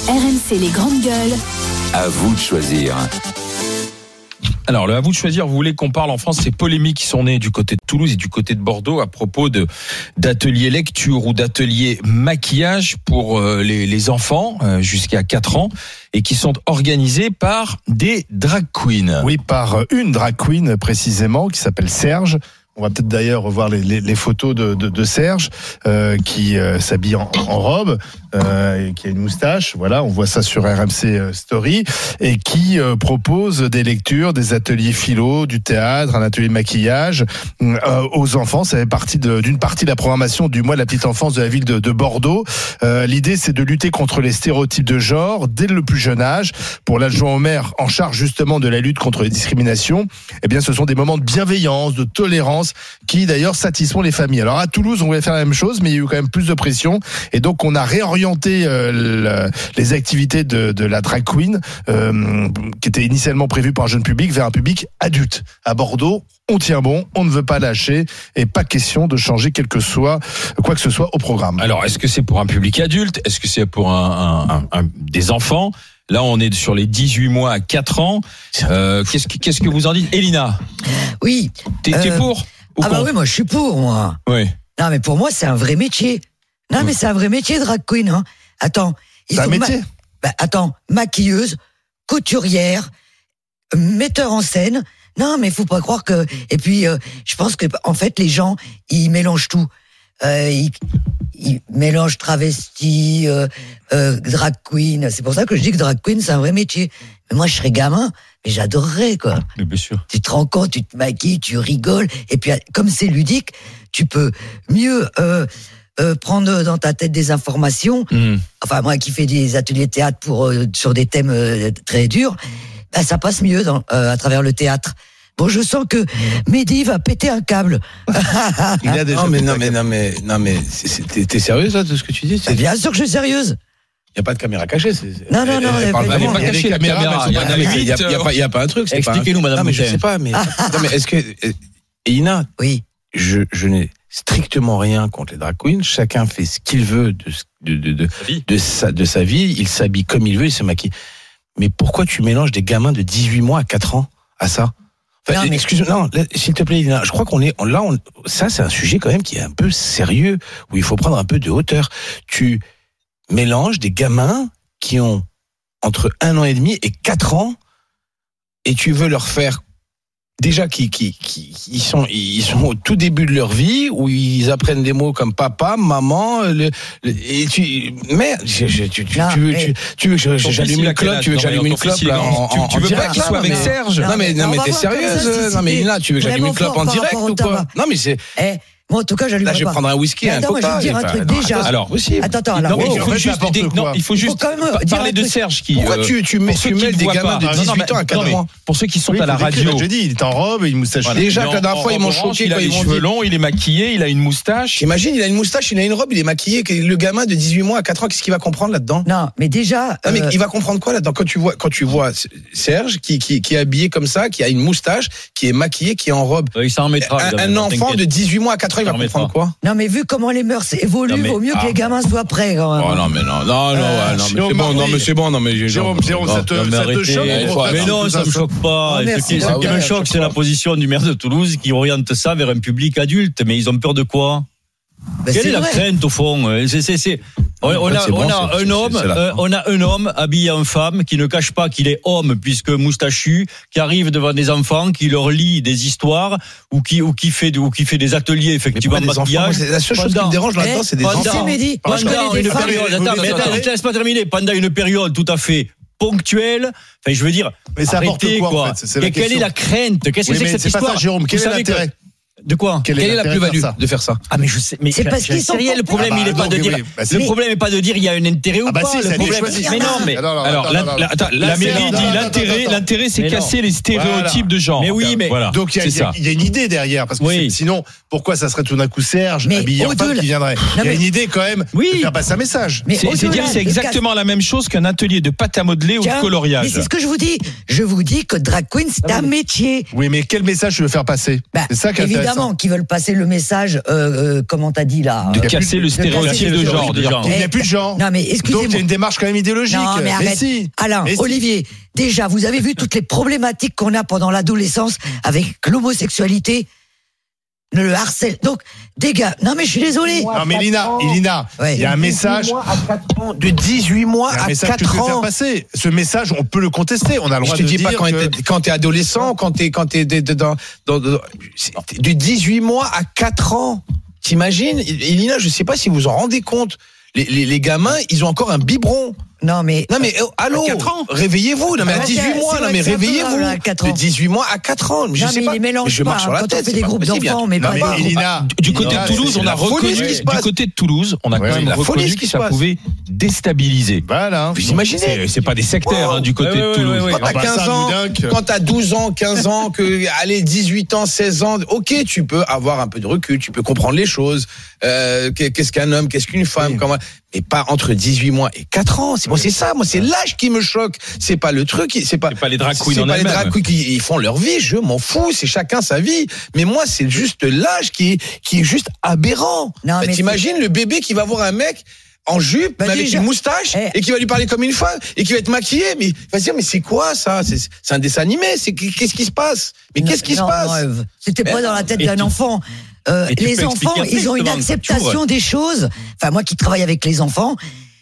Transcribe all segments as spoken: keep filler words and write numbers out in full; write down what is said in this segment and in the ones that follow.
R M C les grandes gueules. À vous de choisir. Alors, le à vous de choisir, vous voulez qu'on parle en France, ces polémiques qui sont nées du côté de Toulouse et du côté de Bordeaux à propos de d'ateliers lecture ou d'ateliers maquillage pour euh, les, les enfants euh, jusqu'à quatre ans et qui sont organisés par des drag queens. Oui, par une drag queen précisément qui s'appelle Serge. On va peut-être d'ailleurs revoir les, les, les photos de, de, de Serge euh, qui euh, s'habille en, en robe, euh, et qui a une moustache. Voilà, on voit ça sur R M C Story et qui euh, propose des lectures, des ateliers philo, du théâtre, un atelier maquillage euh, aux enfants. Ça fait partie de, d'une partie de la programmation du mois de la petite enfance de la ville de, de Bordeaux. Euh, l'idée, c'est de lutter contre les stéréotypes de genre dès le plus jeune âge. Pour l'adjoint au maire en charge justement de la lutte contre les discriminations, eh bien, ce sont des moments de bienveillance, de tolérance qui d'ailleurs satisfont les familles. Alors à Toulouse, on voulait faire la même chose, mais il y a eu quand même plus de pression et donc on a réorienté euh, le, les activités de, de la drag queen euh, qui étaient initialement prévues pour un jeune public vers un public adulte. À Bordeaux, on tient bon, on ne veut pas lâcher et pas question de changer quel que soit, quoi que ce soit au programme. Alors, est-ce que c'est pour un public adulte ? Est-ce que c'est pour un, un, un, un des enfants ? Là, on est sur les dix-huit mois à quatre ans. Euh, qu'est-ce, que, qu'est-ce que vous en dites, Elina ? Oui. T'es, t'es euh, pour ou Ah bah contre ? oui, moi je suis pour, moi. Oui. Non, mais pour moi, c'est un vrai métier. Non, Oui. mais c'est un vrai métier, drag queen. Hein. Attends. ils C'est un sont métier ma- bah, Attends, maquilleuse, couturière, metteur en scène. Non, mais faut pas croire que... Et puis, euh, je pense que en fait, les gens, ils mélangent tout. Euh, ils, ils mélangent travesti, euh, euh, drag queen. C'est pour ça que je dis que drag queen, c'est un vrai métier. Mais moi, je serais gamin, mais j'adorerais, quoi. Mais bien sûr. Tu te rends compte, tu te maquilles, tu rigoles, et puis comme c'est ludique, tu peux mieux euh, euh, prendre dans ta tête des informations. Mmh. Enfin, moi qui fais des ateliers de théâtre pour euh, sur des thèmes euh, très durs, ben, ça passe mieux dans, euh, à travers le théâtre. Bon, je sens que Mehdi va péter un câble. Il a déjà Non mais non mais non mais non mais c'est, c'est, t'es, t'es sérieuse là de ce que tu dis? Ben, bien sûr que je suis sérieuse. Il y a pas de caméra cachée. C'est, c'est... Non, non, non, Elle, elle elle parle est pas- Elle n'est Bon, pas il y a cachée, des la caméras, caméra. mais Il y elles en sont a Non, mais il y a, huit, il y a pas il y a pas un truc. C'est Expliquez-nous, pas un... Madame Non mais je Boutin. sais pas mais non mais est-ce que euh, Elina, Oui. je je n'ai strictement rien contre les drag queens. Chacun fait ce qu'il veut de de de de, de sa de sa vie. Il s'habille comme il veut, il se maquille. Mais pourquoi tu mélanges des gamins de dix-huit mois à quatre ans à ça? Enfin, Non, mais- excuse-moi, non, là, s'il te plaît, Elina, je crois qu'on est là. On, ça, c'est un sujet quand même qui est un peu sérieux où il faut prendre un peu de hauteur. Tu mélanges des gamins qui ont entre un an et demi et quatre ans et tu veux leur faire déjà qui qui qui ils sont ils sont au tout début de leur vie où ils apprennent des mots comme papa, maman, le, le- et tu merde, je, je, tu, tu, Non, tu veux mais- tu, tu veux que je- Ton fils, j'allume il a une quel clope, âge? tu veux que Non, j'allume mais une ton fils, clope il est là, grand. en, Tu- en- tu en veux pas direct, qu'il soit là, avec mais- Serge? Non mais non on mais va t'es voir comment sérieuse? ça se Non mais situe. Elina, tu veux que j'allume une Vraiment clope en fort par direct rapport au ou quoi? tabac. Non mais c'est Eh, moi, en tout cas, j'allume là je vais pas. prendre un whisky, Mais un attends, moi, je coca. vais te dire un et truc, pas- déjà. non, Alors, possible. Attends, attends, Non, alors, mais oui, il en faut fait, juste, n'importe des- quoi. non, il faut juste quand même pa- dire parler un de truc. Serge qui. Pourquoi euh, tu tu mets pour ceux tu qui mêles le des voient gamins pas. de Non, non, dix-huit ans à mais- quatre non, mais mois? Pour ceux qui sont Oui, à la il faut décrire, radio. je dis, il est en robe et une moustache. Voilà. Déjà Il est que la dernière en- fois, en ils m'ont robe orange, choqué il a quand les ils m'ont cheveux dit- longs, il est maquillé, il a une moustache. J'imagine, il a une moustache, il a une robe, il est maquillé. que Le gamin de dix-huit mois à quatre ans, qu'est-ce qu'il va comprendre là-dedans? Non, mais déjà. Non, mais euh, il va comprendre quoi là-dedans quand tu vois quand tu vois Serge qui qui qui est habillé comme ça, qui a une moustache, qui est maquillé, qui est en robe. Il s'en remettra. Un, Isabelle, un enfant t'inquiète. de dix-huit mois à quatre ans, il va Ça remettra. comprendre quoi? Non, mais vu comment les mœurs évoluent, Non, mais- vaut mieux ah. que les gamins soient prêts, quand même. Oh non mais non non non, Euh, ouais, non mais Jérôme c'est bon non Marie. mais c'est bon non mais j'ai- Jérôme, Jérôme, ça te, Non, mais ça te arrêtez. choque? il faut qu'on arrêter Mais fasse non, tout ça me choque pas. Oh, ce merci. qui, ce Ah qui ouais, me ça choque, choque c'est la pas. position du maire de Toulouse qui oriente ça vers un public adulte. Mais ils ont peur de quoi? Ben, Quelle c'est est la vrai. crainte au fond? C'est, c'est, c'est... On, on Ouais, a, c'est bon, on a c'est- un c'est- homme, c'est la euh, fin. on a un homme habillé en femme qui ne cache pas qu'il est homme puisque moustachu, qui arrive devant des enfants, qui leur lit des histoires ou qui ou qui fait de- ou qui fait des ateliers Mais effectivement pourquoi de des enfants? maquillage. Moi, c'est la seule chose qui Pendant- me dérange là-dedans, Eh, c'est des pendant- Tu sais, enfants. Mehdi, moi, je Pendant connais des une femmes. période, Vous attends, les mais attends, adorez je te laisse pas terminer. Pendant une période tout à fait ponctuelle, enfin, je veux dire, Mais ça apporte arrêtez, quoi, en fait C'est la Et quelle question. est la crainte? Qu'est-ce que Oui, c'est mais que cette c'est pas histoire? ça, Jérôme. Quel Vous est savez que- l'intérêt? De quoi? Quelle Quelle est est la l'intérêt de plus-value faire ça de faire ça? Ah mais je sais, mais C'est parce qu'ils sont rien. Le problème, Ah bah, il est pas donc, de oui, dire. oui, bah, si. Le problème est pas de dire il y a un intérêt ou Ah bah pas. si, ça Le a été problème, choisi. mais non, mais Alors, alors, Alors, attends, la- attends, la- attends, la Là, c'est- mairie attends, dit attends, l'intérêt, attends. l'intérêt, c'est Mais non. casser les stéréotypes de genre. Mais oui, mais- voilà. Donc il y, a- c'est il y a- ça. il y a une idée derrière, parce que Oui. c'est- sinon, pourquoi ça serait tout d'un coup Serge Mais habillé en femme au-delà- qui viendrait? Il y a mais- une idée quand même Oui. de faire passer un message. Mais C'est, c'est au-delà dire, c'est de exactement la même chose qu'un atelier de pâte à modeler ou Tiens, de coloriage. Mais c'est ce que je vous dis. Je vous dis que drag queen, c'est un métier. Oui, mais quel message tu veux faire passer? Bah, C'est ça qui est évidemment, évidemment, qui veulent passer le message, euh, euh, comment t'as dit là De euh, casser le stéréotype de genre. de genre. Il n'y a plus de genre. Non, mais excusez-moi. Donc il y a une démarche quand même idéologique. Non, mais arrête. si. Alain, Mais si. Olivier, déjà, vous avez vu toutes les problématiques qu'on a pendant l'adolescence avec l'homosexualité, le harcèlement. Donc, des gars, non mais je suis désolé. Non mais Ilina, Ilina, Ouais. il y a un message. De dix-huit mois Il y a un à message que tu quatre veux faire ans. passer. Ce message, on peut le contester. On a le Je droit te de dis dire pas quand que... t'es, quand t'es adolescent, quand t'es, quand t'es dans, dans, dans, c'est- de dix-huit mois à quatre ans. T'imagines, Elina, je sais pas si vous vous en rendez compte. Les, les, les gamins, ils ont encore un biberon. Non mais Non mais oh, allô, À quatre ans. réveillez-vous. Non mais Ah à ouais, dix-huit c'est mois, vrai non que mais c'est un peu réveillez-vous. grave, à quatre De ans. dix-huit mois à quatre ans. Mais je non, sais mais pas. il les mélange Mais je pas. marche sur la Quand tête. on fait c'est des pas groupes possible. d'enfants, mais Non pas mais pas. Ilina, Du côté Ilina, de Toulouse, c'est on a la folie, reconnu, ce qui se du passe. côté de Toulouse, on a Ouais, quand même la folie, reconnu ce qui que se ça passe. pouvait déstabiliser. Voilà. Vous imaginez C'est, c'est pas des sectaires Oh. hein, du côté Ouais, de ouais, Toulouse. ouais, ouais. Quand t'as Ah bah ça, quinze ans, Boudinque. quand t'as douze ans, quinze ans, que, allez, dix-huit ans, seize ans, ok, tu peux avoir un peu de recul, tu peux comprendre les choses, euh, qu'est-ce qu'un homme, qu'est-ce qu'une femme, Oui. comment, mais pas entre dix-huit mois et quatre ans. C'est, moi, c'est ça, moi, c'est l'âge qui me choque. C'est pas le truc, c'est pas, C'est pas les drag queens c'est en pas les elles-mêmes. drag queens qui ils font leur vie, je m'en fous, c'est chacun sa vie. Mais moi, c'est juste l'âge qui est, qui est juste aberrant. Non, Bah, mais t'imagines le bébé qui va voir un mec en jupe, Bah, mais avec déjà- une moustache, Eh. et qui va lui parler comme une femme, et qui va être maquillé, mais il va se dire, mais c'est quoi ça? C'est, c'est un dessin animé, c'est, qu'est-ce qui se passe? Mais Non, qu'est-ce qui se non, passe? non, Eve, c'était pas Mais dans la tête et d'un tu- enfant. Euh, et tu les peux enfants, expliquer ils ont une après, acceptation justement, des choses. Enfin, moi qui travaille avec les enfants,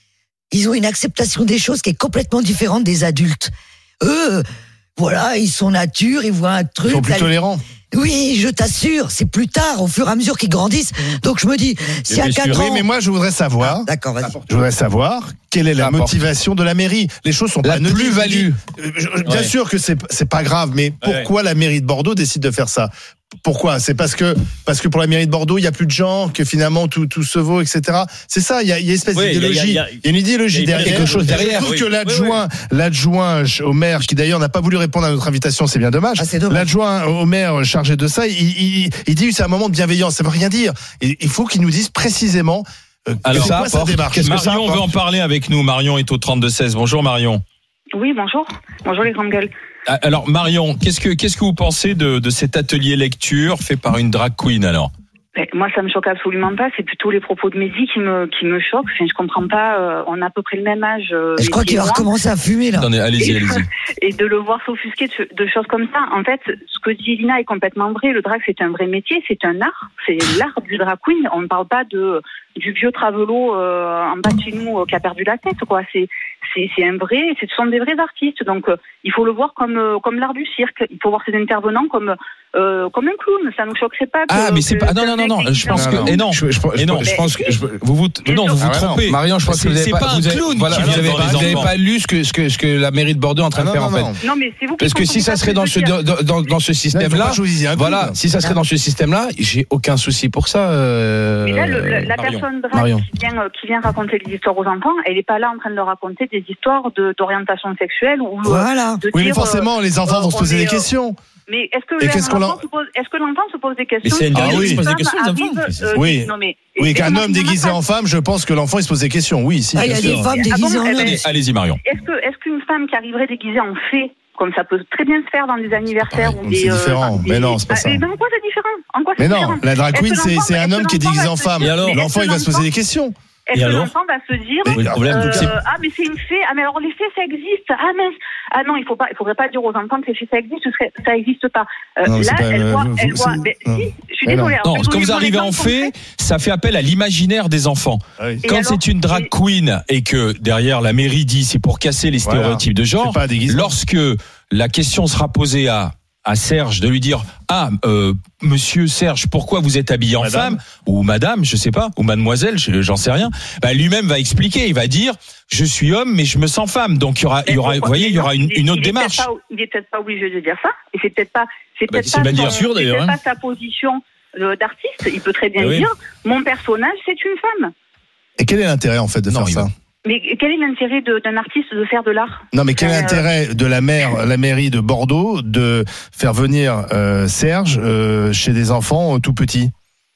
ils ont une acceptation des choses qui est complètement différente des adultes. Eux, voilà, ils sont nature, ils voient un truc. Ils sont plus là, tolérants. Oui, je t'assure, c'est plus tard, au fur et à mesure qu'ils grandissent. Donc je me dis, si à bien sûr. quatre Oui, ans... mais moi, je voudrais savoir. D'accord, vas-y. Je voudrais savoir quelle est la N'importe. motivation de la mairie. Les choses sont La pas anodines. plus-value. Euh, je- Bien Ouais. sûr que c'est c'est pas grave, mais pourquoi la mairie de Bordeaux décide de faire ça? Pourquoi? C'est parce que parce que pour la mairie de Bordeaux, il y a plus de gens, que finalement tout tout se vaut, et cetera. C'est ça. Il y a, il y a une espèce Oui, il y a- d'idéologie. il y a- Il y a une idéologie il y a derrière. quelque chose derrière, Je trouve oui. que Oui, l'adjoint, l'adjoint au maire, qui d'ailleurs n'a pas voulu répondre à notre invitation, c'est bien dommage. Ah, c'est dommage. L'adjoint au maire chargé de ça, il, il, il dit que c'est un moment de bienveillance. Ça veut rien dire. Et il faut qu'il nous dise précisément. euh, Alors, c'est ça quoi sa apporte. démarche? Qu'est-ce que ça Marion veut apporte en parler avec nous. Marion est au trente-deux seize. Bonjour Marion. Oui, bonjour. Bonjour les grandes gueules. Ah, Alors Marion, qu'est-ce que qu'est-ce que vous pensez de, de cet atelier lecture fait par une drag queen alors? Mais moi, ça me choque absolument pas. C'est plutôt les propos de Mehdi qui me qui me choquent. Enfin, je comprends pas. euh, on a à peu près le même âge. euh, Je crois Mehdi qu'il et va moi. recommencer à fumer là. Attendez, allez-y, allez-y. Et de le voir s'offusquer de, de choses comme ça. En fait, ce que dit Elina est complètement vrai. Le drag, c'est un vrai métier, c'est un art. C'est l'art du drag queen. On ne parle pas de du vieux travelo euh, en bas de chez nous euh, qui a perdu la tête, quoi. C'est c'est c'est un vrai. Ce sont des vrais artistes. Donc, euh, il faut le voir comme euh, comme l'art du cirque. Il faut voir ces intervenants comme euh, comme un clown. Ça nous choquerait pas. Que, Ah mais c'est que- pas non non qu'un non mec non. Je pense Non, que non. et non. Je, je, je, Et non. je pense que je, Vous vous non vous vous Ah ouais, non. trompez. Marion, je pense que C'est- vous avez c'est pas, pas un vous avez, clown voilà, qui vous vient avez, devant les vous avez enfants. pas lu ce que, ce que, ce que la mairie de Bordeaux est en train Ah de faire non, en non, fait. non. Non, mais c'est vous qui Parce que si comprenez ça pas serait ce dans que ce, je veux dire. dans, dans, dans ce Là, il faut système-là, pas choisir un voilà, clown. si ça serait dans ce système-là, j'ai aucun souci pour ça. Euh, Mais là, le- la, la Marion. personne drague Marion. qui vient, euh, qui vient raconter des histoires aux enfants, elle n'est pas là en train de leur raconter des histoires de, d'orientation sexuelle ou euh, Voilà. de Oui, mais dire, forcément, les enfants euh, vont se on poser est, des euh, questions. Mais est-ce que, Et là, qu'est-ce qu'on l'enfant leur- se pose, est-ce que l'enfant se pose des questions? Mais c'est Ah interdit oui. de se poser des Une questions, les femme enfants. arrive, euh, Oui. non, mais- Oui, et qu'un comment homme ça déguisé passe? en femme, je pense que l'enfant il se pose des questions. Oui, si. Ah, il y a bien des sûr. femmes Ah bon, déguisées en eh ben, homme. Allez, allez-y Marion. Est-ce que, est-ce qu'une femme qui arriverait déguisée en fée, comme ça peut très bien se faire dans des anniversaires Ah, ou mais des, c'est euh, différent. des- Mais non, c'est pas Ah, ça. mais en quoi c'est différent? En quoi c'est Mais non, différent? la drag Est-ce queen, que c'est l'enfant- c'est un est-ce homme que qui est l'enfant déguisé va en se femme. dire- Et alors mais est-ce L'enfant, que il va se l'enfant- poser des questions. Est-ce Et que alors l'enfant va se dire Mais le problème, euh, c'est- ah mais c'est une fée, ah mais alors les fées ça existe, ah mince, ah non il faut pas, il faudrait pas dire aux enfants que les fées ça existe, ce serait- ça existe pas. Euh, Non, mais c'est là pas- elle euh, voit, vous- elle voit, c'est- mais non. si, je suis Mais non. désolée. alors, Non, je vais quand vous vous donner arrivez un en exemple fait, concret. ça fait appel à l'imaginaire des enfants. Ah oui. Et Quand alors, c'est une drag et- queen et que derrière la mairie dit c'est pour casser les Voilà. stéréotypes de genre, C'est pas un déguisement. lorsque la question sera posée à à Serge de lui dire ah euh, monsieur Serge pourquoi vous êtes habillé en Madame. femme ou madame je sais pas ou mademoiselle je- j'en sais rien, bah, lui-même va expliquer, il va dire je suis homme mais je me sens femme, donc il y aura il y aura vous pourquoi- voyez il y aura une, il- une il autre est démarche. peut-être pas- il est peut-être pas obligé de dire ça et c'est peut-être pas c'est Bah, peut-être c'est pas bien son- dire sûr, c'est d'ailleurs, peut-être hein. pas sa position euh, d'artiste, il peut très bien Eh oui. dire mon personnage c'est une femme. Et quel est l'intérêt en fait de Non, faire il ça? va- Mais quel est l'intérêt de- d'un artiste de faire de l'art? Non, mais quel est Euh, l'intérêt de la maire, la mairie de Bordeaux de faire venir euh, Serge euh, chez des enfants euh, tout petits?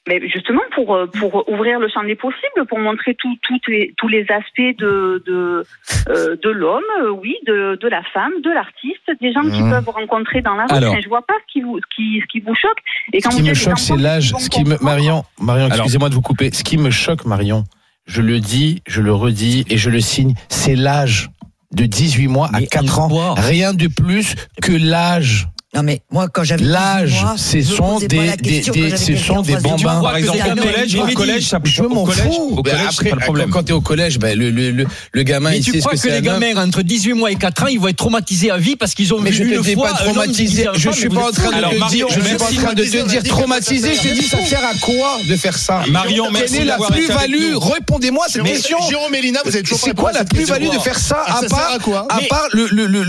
Mais justement pour pour ouvrir le champ des possibles, pour montrer tout, tout les, tous les aspects de de euh, de l'homme, euh, oui, de de la femme, de l'artiste, des gens mmh. qui peuvent rencontrer dans la rue. Alors, je vois pas ce qui vous ce qui ce qui vous choque. Et quand ce qui me choque, c'est l'âge. Ce qui me Marion, Marion, excusez-moi de vous couper. Ce qui me choque, Marion, je le dis, je le redis et je le signe, c'est l'âge de dix-huit mois à quatre ans. Rien de plus que l'âge. Non mais moi quand j'avais l'âge, ce sont des, des, des ce sont des bambins. Par exemple au collège, au collège, ça je m'en fous. Au collège, après, pas le problème. Quand t'es au collège, ben le le le, le gamin, mais il sait ce que, que c'est. Les gamins entre dix-huit mois et quatre ans, ils vont être traumatisés à vie parce qu'ils ont mais vu une fois. Mais je ne pas traumatisé. Je suis pas en train de te dire. Je suis pas en train de te dire traumatisé. Je te dis, ça sert à quoi de faire ça? Marion, merci. Quelle est la plus-value? Répondez-moi cette question. Jérôme Mélina, vous êtes toujours. C'est quoi la plus-value de faire ça à part à part le le le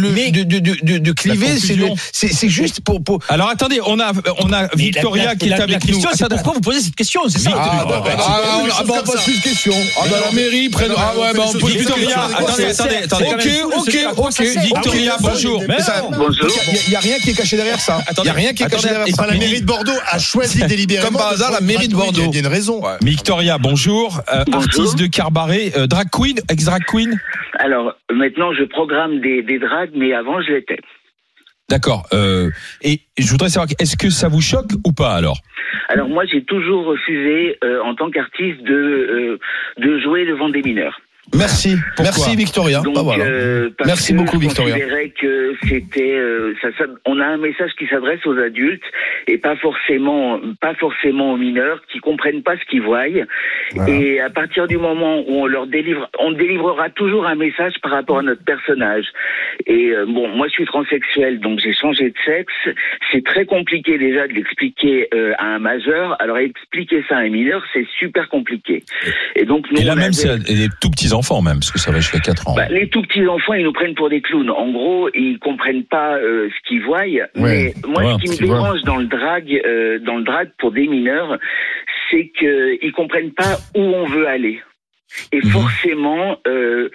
de de cliver? C'est c'est juste pour pour. Alors attendez, on a on a Victoria la, qui la, est la, avec la question, nous. c'est pourquoi vous posez cette question, c'est ça. Ah, bah, bah, ah, ah, bah, on pose plus de questions. Ah bah la mairie prenne. Ah ouais, bah on pose Victoria. Attendez, attendez, attendez. Ok, ok, ok. Victoria, bonjour. Bonjour. Il y a rien qui est caché derrière ça. Il y a rien qui est caché derrière ça. La mairie de Bordeaux a choisi délibérément. Comme par hasard, la mairie de Bordeaux. Il y a une raison. Victoria, bonjour. Artiste de Carbaret, drag queen, ex-drag queen. Alors maintenant, je programme des des drags, mais avant je l'étais. D'accord. Euh, et je voudrais savoir, est-ce que ça vous choque ou pas alors? Alors moi, j'ai toujours refusé, euh, en tant qu'artiste, de euh, de jouer devant des mineurs. Merci, Pourquoi merci Victoria. Donc, bah, voilà. euh, merci beaucoup Victoria. Je considérais que c'était, euh, ça, ça, on a un message qui s'adresse aux adultes et pas forcément, pas forcément aux mineurs qui comprennent pas ce qu'ils voient. Voilà. Et à partir du moment où on leur délivre, on délivrera toujours un message par rapport à notre personnage. Et euh, bon, moi je suis transsexuel, donc j'ai changé de sexe. C'est très compliqué déjà de l'expliquer euh, à un majeur. Alors expliquer ça à un mineur, c'est super compliqué. Et donc nous, et là on même, avait... c'est les tout petits enfants même, parce que ça va jusqu'à quatre ans. Bah, les tout petits enfants, ils nous prennent pour des clowns. En gros, ils comprennent pas euh, ce qu'ils voient. Ouais. Mais moi, ouais, ce qui me dérange dans le drag, euh, dans le drag pour des mineurs, c'est que ils comprennent pas où on veut aller. Et mmh. forcément, euh,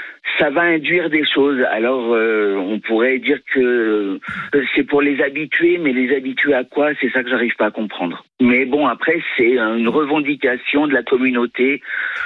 ça va induire des choses. Alors, euh, on pourrait dire que euh, c'est pour les habituer, mais les habituer à quoi? C'est ça que j'arrive pas à comprendre. Mais bon, après, c'est une revendication de la communauté.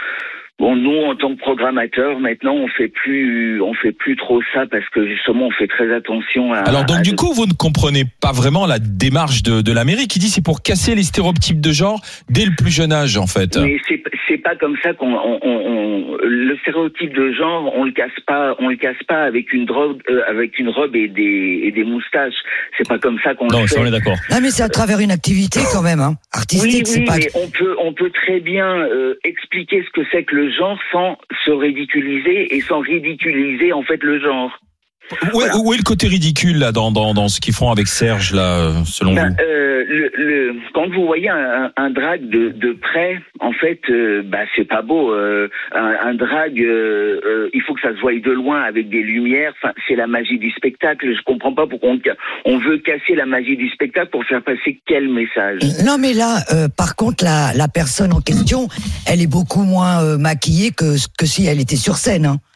Bon, nous, en tant que programmateurs, maintenant, on fait plus, on fait plus trop ça parce que justement, on fait très attention à. Alors, donc, à du de... coup, vous ne comprenez pas vraiment la démarche de, de la mairie qui dit c'est pour casser les stéréotypes de genre dès le plus jeune âge, en fait. Mais c'est, c'est pas comme ça qu'on, on, on, on, le stéréotype de genre, on le casse pas, on le casse pas avec une drogue, euh, avec une robe et des, et des moustaches. C'est pas comme ça qu'on non, le fait. Non, on est d'accord. Ah, mais c'est à travers une activité quand même, hein. Artistique, oui, c'est oui, pas. Mais on peut, on peut très bien euh, expliquer ce que c'est que le genre sans se ridiculiser et sans ridiculiser en fait le genre. Où est, voilà. où est le côté ridicule là dans dans dans ce qu'ils font avec Serge là selon ben, vous? euh, le, le quand vous voyez un, un drag de de près, en fait, euh, bah c'est pas beau. Euh, un, un drag, euh, euh, il faut que ça se voie de loin avec des lumières. Enfin, c'est la magie du spectacle. Je comprends pas pourquoi on, on veut casser la magie du spectacle pour faire passer quel message. Non, mais là, euh, par contre, la la personne en question, elle est beaucoup moins euh, maquillée que que si elle était sur scène. Hein.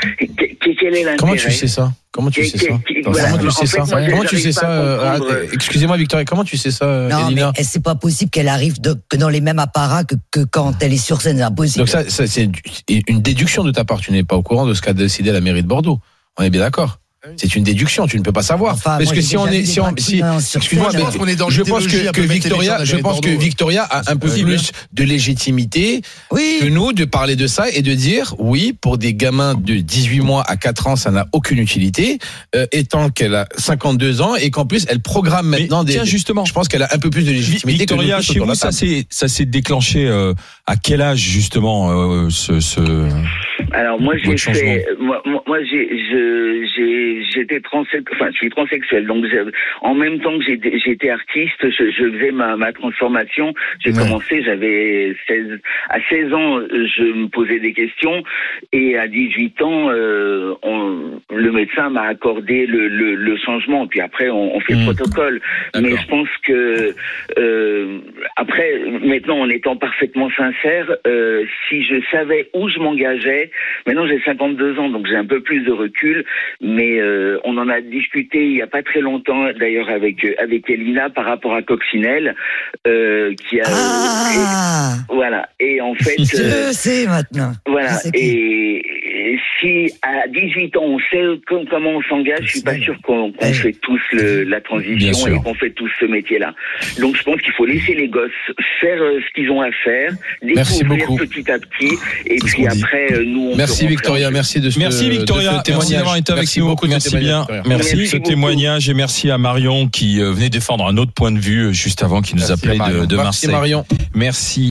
Quel est l'intérêt? Comment tu sais ça? Comment tu sais ça? Comment tu sais ça? Comment tu sais ça? Excusez-moi Victoria, comment tu sais ça? Non, mais c'est pas possible qu'elle arrive de, que dans les mêmes apparats que, que quand elle est sur scène, c'est impossible. Donc ça, ça c'est une déduction de ta part. Tu n'es pas au courant de ce qu'a décidé la mairie de Bordeaux. On est bien d'accord? C'est une déduction, tu ne peux pas savoir. Enfin, parce moi, que si on est, si on, si, excuse-moi, mais on est dans je pense que, que Victoria, je pense que Victoria a un peu plus de légitimité oui. que nous de parler de ça et de dire oui, pour des gamins de dix-huit mois à quatre ans, ça n'a aucune utilité, euh, étant qu'elle a cinquante-deux ans et qu'en plus elle programme maintenant mais, des. Tiens, justement, je pense qu'elle a un peu plus de légitimité. Victoria, que nous chez vous, ça s'est, ça s'est déclenché euh, à quel âge justement euh, ce, ce. Alors moi j'ai fait, moi, moi j'ai, je, j'ai, j'étais transsexuel, enfin je suis transsexuel, donc en même temps que j'étais, j'étais artiste, je, je faisais ma, ma transformation. J'ai ouais. commencé, j'avais seize, à seize ans, je me posais des questions et à dix-huit ans, euh, on, le médecin m'a accordé le, le, le changement. Puis après on, on fait mmh. le protocole. D'accord. Mais je pense que euh, après, maintenant en étant parfaitement sincère, euh, si je savais où je m'engageais, Maintenant, j'ai cinquante-deux ans, donc j'ai un peu plus de recul, mais euh, on en a discuté il y a pas très longtemps, d'ailleurs, avec avec Elina par rapport à Coccinelle, euh, qui a... Ah et, voilà, et en fait... Je euh, sais maintenant. Voilà, et, et si à dix-huit ans, on sait com- comment on s'engage, je suis pas sûr qu'on, qu'on fait tous le, la transition et qu'on fait tous ce métier-là. Donc je pense qu'il faut laisser les gosses faire euh, ce qu'ils ont à faire, découvrir petit à petit, et puis après, euh, nous, on Merci Victoria, merci de ce Merci Victoria, de ce merci d'avoir été avec merci nous. beaucoup de Merci bien, merci, Merci de ce beaucoup. témoignage et merci à Marion qui euh, venait défendre un autre point de vue euh, juste avant, qui nous Merci appelait à Marion. de, de Merci Marseille. Marion. Merci.